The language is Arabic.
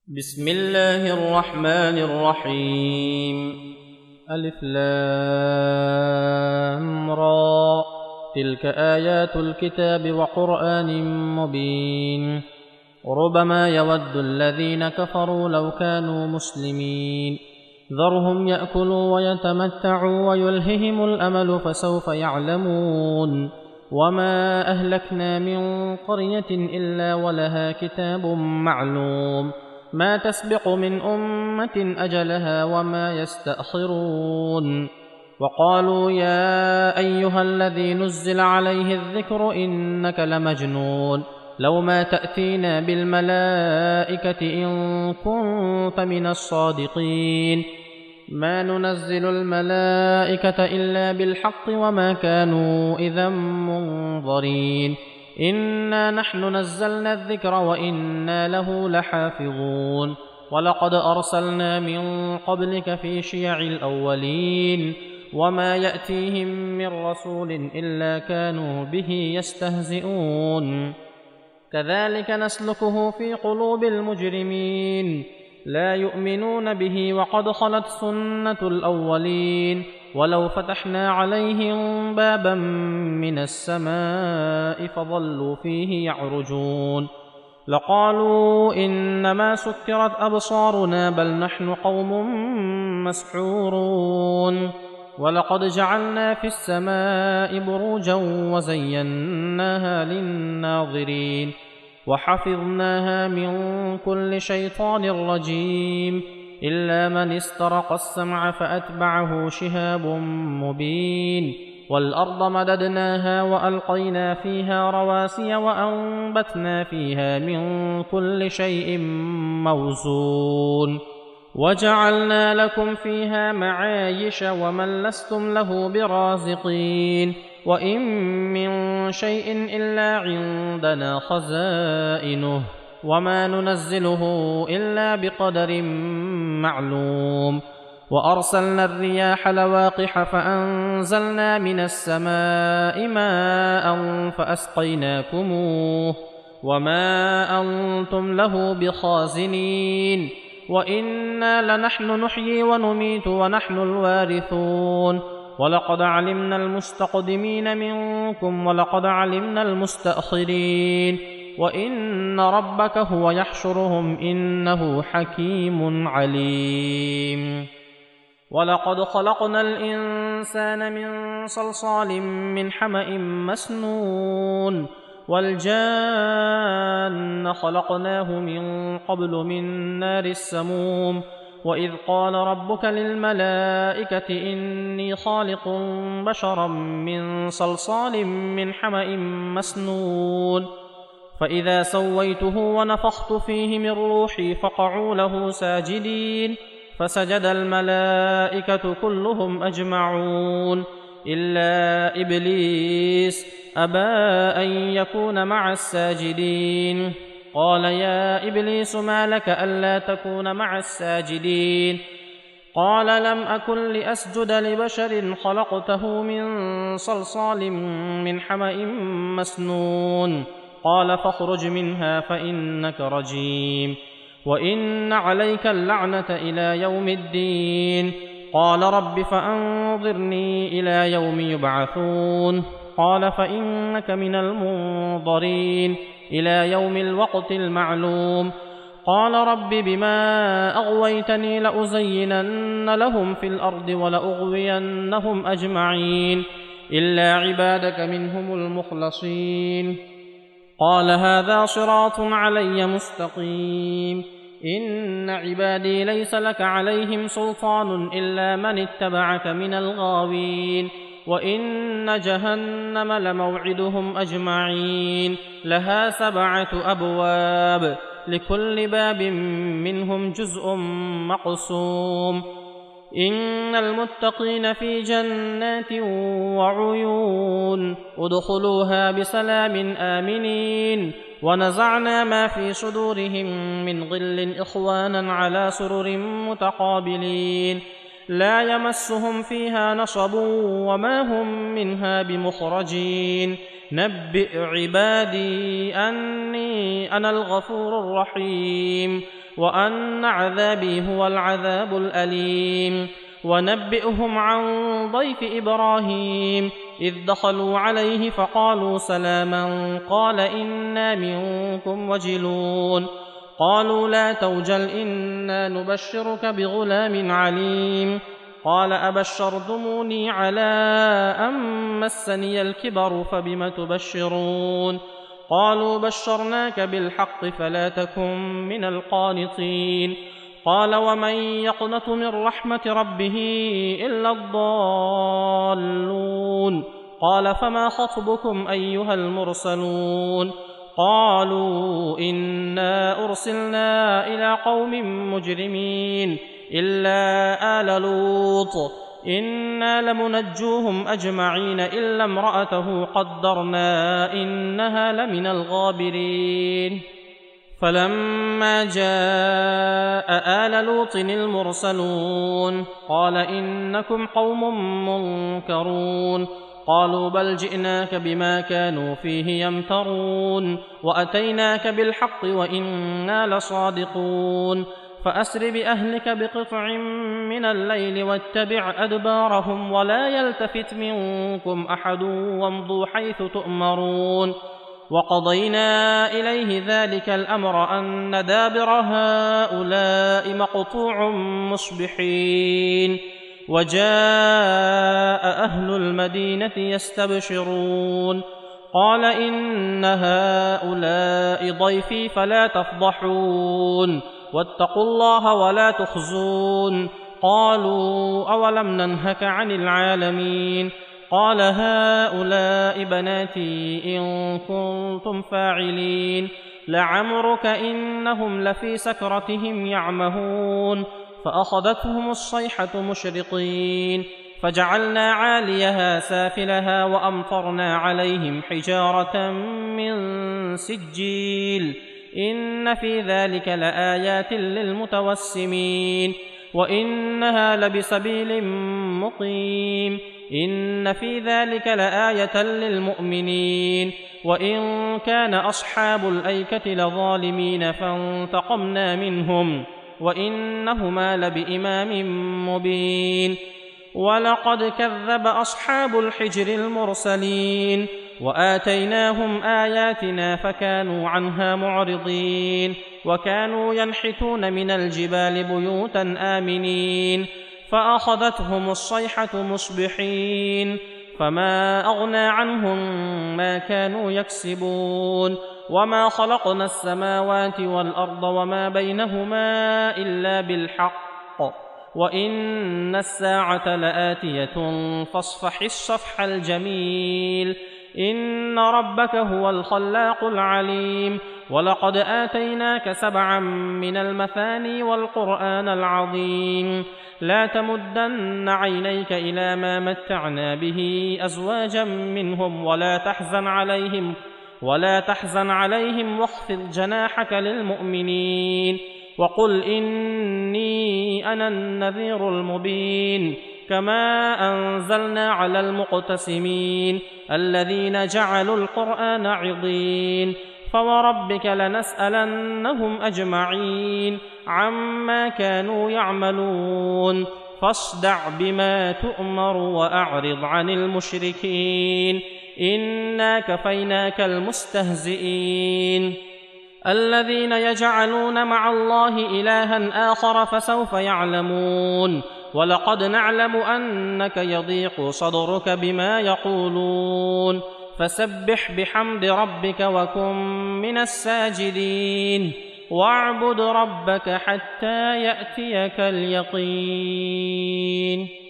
بسم الله الرحمن الرحيم. ألف لام را، تلك آيات الكتاب وقرآن مبين. ربما يود الذين كفروا لو كانوا مسلمين، ذرهم يأكلوا ويتمتعوا ويلههم الأمل فسوف يعلمون. وما أهلكنا من قرية إلا ولها كتاب معلوم، ما تسبق من أمة أجلها وما يستأخرون. وقالوا يا أيها الذي نزل عليه الذكر إنك لمجنون، لو ما تأتينا بالملائكة إن كنت من الصادقين. ما ننزل الملائكة إلا بالحق وما كانوا إذا منظرين. إنا نحن نزلنا الذكر وإنا له لحافظون. ولقد أرسلنا من قبلك في شيع الأولين، وما يأتيهم من رسول إلا كانوا به يستهزئون. كذلك نسلكه في قلوب المجرمين، لا يؤمنون به وقد خلت سنة الأولين. ولو فتحنا عليهم بابا من السماء فظلوا فيه يعرجون لقالوا إنما سكرت أبصارنا بل نحن قوم مسحورون. ولقد جعلنا في السماء بروجا وزيناها للناظرين، وحفظناها من كل شيطان رجيم إلا من استرق السمع فأتبعه شهاب مبين. والأرض مددناها وألقينا فيها رواسي وأنبتنا فيها من كل شيء موزون، وجعلنا لكم فيها معايش ومن لستم له برازقين. وإن من شيء إلا عندنا خزائنه، وما ننزله إلا بقدر معلوم. وأرسلنا الرياح لواقح فأنزلنا من السماء ماء فأسقيناكموه وما أنتم له بخازنين. وإنا لنحن نحيي ونميت ونحن الوارثون. ولقد علمنا المستقدمين منكم ولقد علمنا المستأخرين، وإن ربك هو يحشرهم إنه حكيم عليم. ولقد خلقنا الإنسان من صلصال من حمأ مسنون، والجان خلقناه من قبل من نار السموم. وإذ قال ربك للملائكة إني خالق بشرا من صلصال من حمأ مسنون، فإذا سويته ونفخت فيه من روحي فقعوا له ساجدين. فسجد الملائكة كلهم أجمعون إلا إبليس أبى أن يكون مع الساجدين. قال يا إبليس ما لك ألا تكون مع الساجدين؟ قال لم أكن لأسجد لبشر خلقته من صلصال من حمأ مسنون. قال فاخرج منها فإنك رجيم، وإن عليك اللعنة إلى يوم الدين. قال رب فأنظرني إلى يوم يبعثون. قال فإنك من المنظرين إلى يوم الوقت المعلوم. قال رب بما أغويتني لأزينن لهم في الأرض ولأغوينهم أجمعين إلا عبادك منهم المخلصين. قال هذا صراط علي مستقيم. إن عبادي ليس لك عليهم سلطان إلا من اتبعك من الغاوين. وإن جهنم لموعدهم أجمعين، لها 7 أبواب لكل باب منهم جزء مقسوم. إن المتقين في جنات وعيون ادخلوها بسلام آمنين. ونزعنا ما في صدورهم من غل إخوانا على سرر متقابلين، لا يمسهم فيها نصب وما هم منها بمخرجين. نبئ عبادي أني أنا الغفور الرحيم وأن عذابي هو العذاب الأليم ونبئهم عن ضيف إبراهيم إذ دخلوا عليه فقالوا سلاما قال إنا منكم وجلون قالوا لا توجل إنا نبشرك بغلام عليم قال أبشرتموني على أن مسني الكبر فبم تبشرون قالوا بشرناك بالحق فلا تكن من القانطين قال ومن يقنط من رحمة ربه إلا الضالون قال فما خطبكم أيها المرسلون قالوا إنا أرسلنا إلى قوم مجرمين إلا آل لوط إنا لمنجوهم أجمعين إلا امرأته قدرنا إنها لمن الغابرين فلما جاء آل لوط المرسلون قال إنكم قوم منكرون قالوا بل جئناك بما كانوا فيه يمترون وأتيناك بالحق وإنا لصادقون فأسر بأهلك بقطع من الليل واتبع أدبارهم ولا يلتفت منكم أحد وامضوا حيث تؤمرون وقضينا إليه ذلك الأمر أن دابر هؤلاء مقطوع مصبحين وجاء أهل المدينة يستبشرون قال إن هؤلاء ضيفي فلا تفضحون واتقوا الله ولا تخزون قالوا أولم ننهك عن العالمين قال هؤلاء بناتي إن كنتم فاعلين لعمرك إنهم لفي سكرتهم يعمهون فأخذتهم الصيحة مشرقين فجعلنا عاليها سافلها وأمطرنا عليهم حجارة من سجيل إن في ذلك لآيات للمتوسمين وإنها لبسبيل مقيم إن في ذلك لآية للمؤمنين وإن كان أصحاب الأيكة لظالمين فانتقمنا منهم وإنهما لبإمام مبين ولقد كذب أصحاب الحجر المرسلين وآتيناهم آياتنا فكانوا عنها معرضين وكانوا ينحتون من الجبال بيوتا آمنين فأخذتهم الصيحة مصبحين فما أغنى عنهم ما كانوا يكسبون وما خلقنا السماوات والأرض وما بينهما إلا بالحق وإن الساعة لآتية فاصفح الصفح الجميل إن ربك هو الخلاق العليم ولقد آتيناك 7 من المثاني والقرآن العظيم لا تمدن عينيك إلى ما متعنا به أزواجا منهم ولا تحزن عليهم واخفض جناحك للمؤمنين وقل إني أنا النذير المبين كما أنزلنا على المقتسمين الذين جعلوا القرآن عضين فوربك لنسألنهم أجمعين عما كانوا يعملون فاصدع بما تؤمر وأعرض عن المشركين إنا كفيناك المستهزئين الذين يجعلون مع الله إلها آخر فسوف يعلمون ولقد نعلم أنك يضيق صدرك بما يقولون فسبح بحمد ربك وكن من الساجدين واعبد ربك حتى يأتيك اليقين